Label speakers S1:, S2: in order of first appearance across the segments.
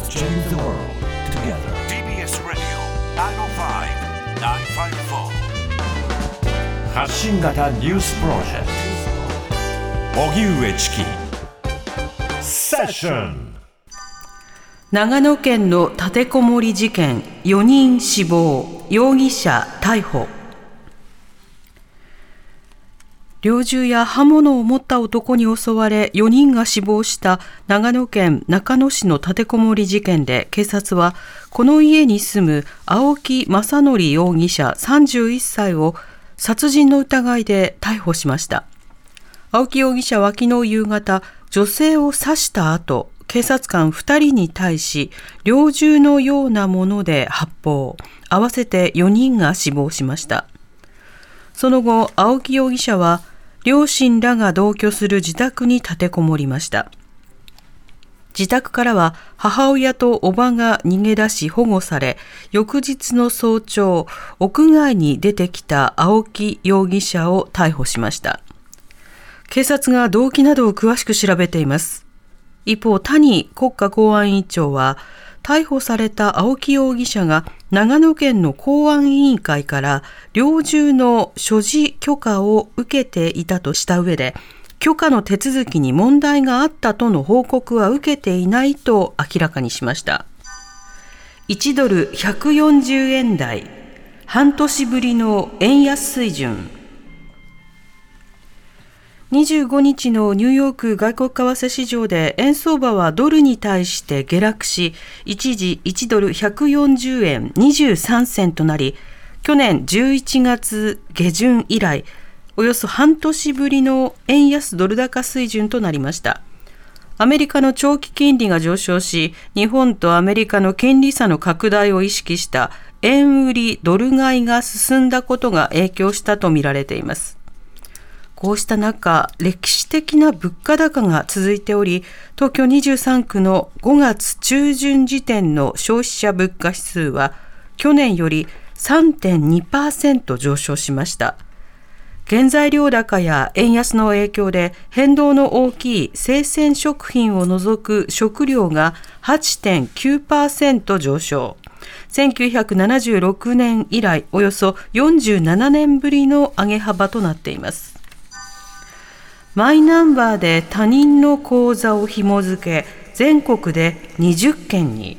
S1: Let's change the world together.
S2: TBS Radio 905-954
S1: 発信型ニュースプロジェクト荻上チキセッション。
S3: 長野県の立てこもり事件、4人死亡、容疑者逮捕。猟銃や刃物を持った男に襲われ4人が死亡した長野県中野市の立てこもり事件で、警察はこの家に住む青木正則容疑者31歳を殺人の疑いで逮捕しました。青木容疑者は昨日夕方、女性を刺した後、警察官2人に対し猟銃のようなもので発砲、合わせて4人が死亡しました。その後、青木容疑者は両親らが同居する自宅に立てこもりました。自宅からは母親と叔母が逃げ出し保護され、翌日の早朝、屋外に出てきた青木容疑者を逮捕しました。警察が動機などを詳しく調べています。一方、谷国家公安委員長は、逮捕された青木容疑者が長野県の公安委員会から猟銃の所持許可を受けていたとした上で、許可の手続きに問題があったとの報告は受けていないと明らかにしました。1ドル140円台、半年ぶりの円安水準。25日のニューヨーク外国為替市場で円相場はドルに対して下落し、一時1ドル140円23銭となり、去年11月下旬以来、およそ半年ぶりの円安ドル高水準となりました。アメリカの長期金利が上昇し、日本とアメリカの金利差の拡大を意識した円売りドル買いが進んだことが影響したとみられています。こうした中、歴史的な物価高が続いており、東京23区の5月中旬時点の消費者物価指数は去年より 3.2% 上昇しました。原材料高や円安の影響で変動の大きい生鮮食品を除く食料が 8.9% 上昇。1976年以来およそ47年ぶりの上げ幅となっています。マイナンバーで他人の口座を紐付け、全国で20件に。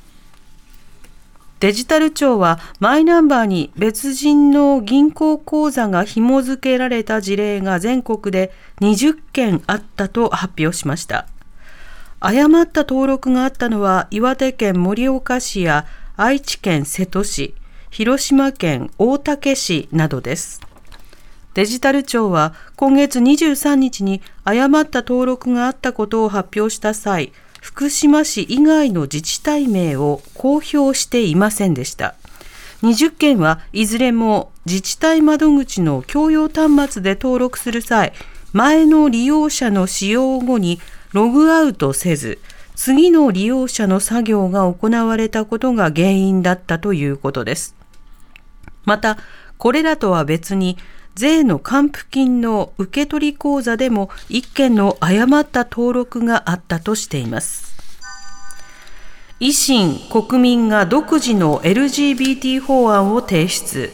S3: デジタル庁はマイナンバーに別人の銀行口座が紐付けられた事例が全国で20件あったと発表しました。誤った登録があったのは岩手県盛岡市や愛知県瀬戸市、広島県大竹市などです。デジタル庁は今月23日に誤った登録があったことを発表した際、福島市以外の自治体名を公表していませんでした。20件はいずれも自治体窓口の共用端末で登録する際、前の利用者の使用後にログアウトせず、次の利用者の作業が行われたことが原因だったということです。また、これらとは別に、税の還付金の受取口座でも1件の誤った登録があったとしています。維新・国民が独自の LGBT 法案を提出。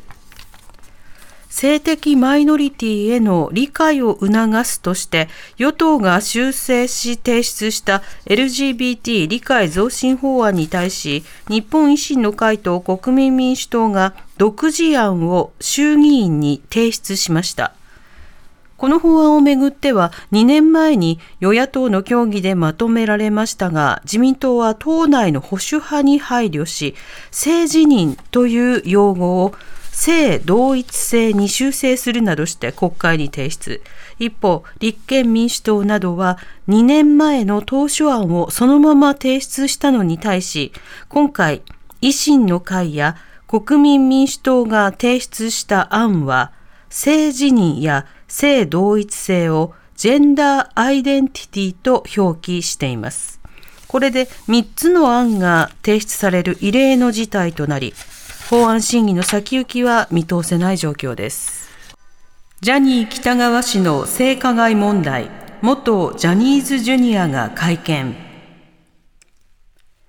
S3: 性的マイノリティへの理解を促すとして与党が修正し提出した LGBT 理解増進法案に対し、日本維新の会と国民民主党が独自案を衆議院に提出しました。この法案をめぐっては2年前に与野党の協議でまとめられましたが、自民党は党内の保守派に配慮し、性自認という用語を性同一性に修正するなどして国会に提出。一方、立憲民主党などは2年前の当初案をそのまま提出したのに対し、今回維新の会や国民民主党が提出した案は、性自認や性同一性をジェンダーアイデンティティと表記しています。これで3つの案が提出される異例の事態となり、法案審議の先行きは見通せない状況です。ジャニー喜多川氏の性加害問題、元ジャニーズジュニアが会見。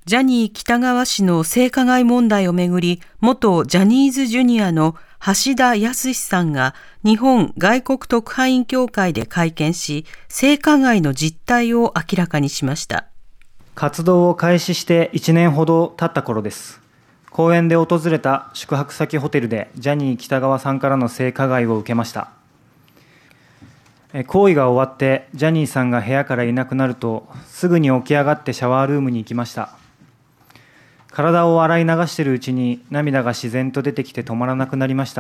S3: ジャニー喜多川氏の性加害問題をめぐり、元ジャニーズジュニアの橋田康さんが日本外国特派員協会で会見し、性加害の実態を明らかにしました。
S2: 活動を開始して1年ほど経った頃です。公園で訪れた宿泊先ホテルでジャニー喜多川さんからの性加害を受けました。行為が終わってジャニーさんが部屋からいなくなると、すぐに起き上がってシャワールームに行きました。体を洗い流しているうちに涙が自然と出てきて止まらなくなりました。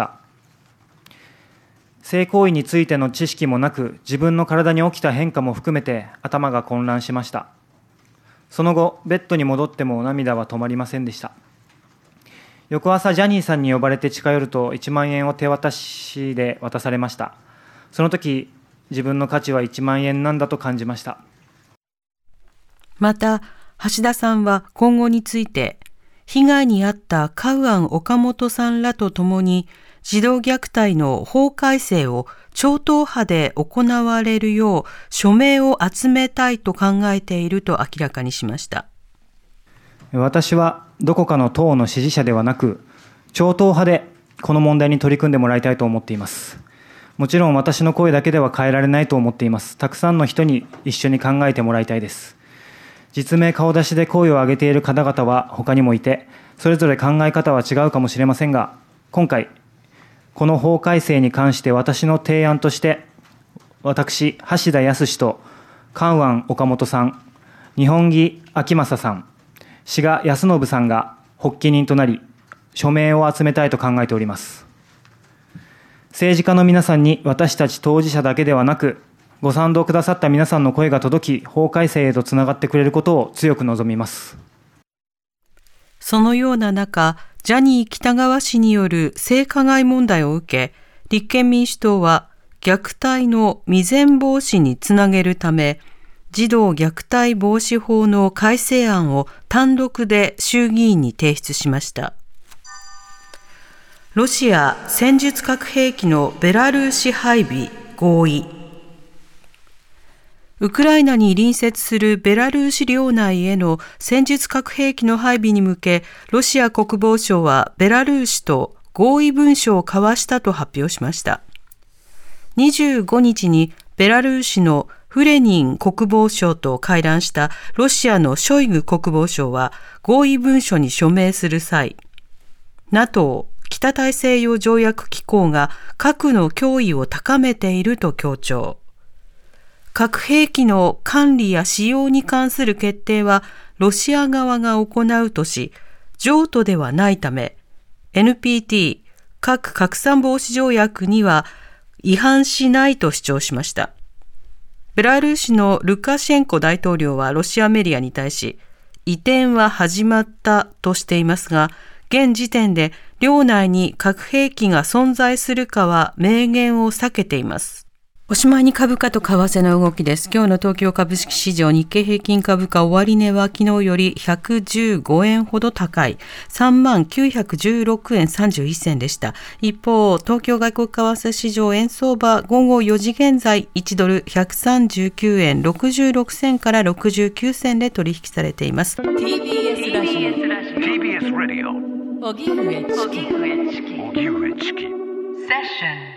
S2: 性行為についての知識もなく、自分の体に起きた変化も含めて頭が混乱しました。その後、ベッドに戻っても涙は止まりませんでした。翌朝、ジャニーさんに呼ばれて近寄ると、1万円を手渡しで渡されました。その時、自分の価値は1万円なんだと感じました。
S3: また、橋田さんは今後について、被害に遭ったカウアン・オカモトさんらと共に、児童虐待の法改正を超党派で行われるよう署名を集めたいと考えていると明らかにしました。
S2: 私はどこかの党の支持者ではなく、超党派でこの問題に取り組んでもらいたいと思っています。もちろん私の声だけでは変えられないと思っています。たくさんの人に一緒に考えてもらいたいです。実名顔出しで声を上げている方々は他にもいて、それぞれ考え方は違うかもしれませんが、今回、この法改正に関して私の提案として、私、橋田康とカウアン・オカモトさん、二本木昭正さん、志賀康信さんが発起人となり、署名を集めたいと考えております。政治家の皆さんに私たち当事者だけではなく、ご賛同くださった皆さんの声が届き、法改正へとつながってくれることを強く望みます。
S3: そのような中、ジャニー喜多川氏による性加害問題を受け、立憲民主党は虐待の未然防止につなげるため、児童虐待防止法の改正案を単独で衆議院に提出しました。ロシア戦術核兵器のベラルーシ配備合意。ウクライナに隣接するベラルーシ領内への戦術核兵器の配備に向け、ロシア国防省はベラルーシと合意文書を交わしたと発表しました。25日にベラルーシのフレニン国防相と会談したロシアのショイグ国防相は合意文書に署名する際、NATO 北大西洋条約機構が核の脅威を高めていると強調。核兵器の管理や使用に関する決定はロシア側が行うとし、譲渡ではないため、NPT 核拡散防止条約には違反しないと主張しました。ベラルーシのルカシェンコ大統領はロシアメディアに対し、移転は始まったとしていますが、現時点で領内に核兵器が存在するかは明言を避けています。おしまいに株価と為替の動きです。今日の東京株式市場、日経平均株価終値は昨日より115円ほど高い 3916 円31銭でした。一方、東京外国為替市場円相場午後4時現在1ドル139円66銭から69銭で取引されています。TBS ラジオ荻上チキセッション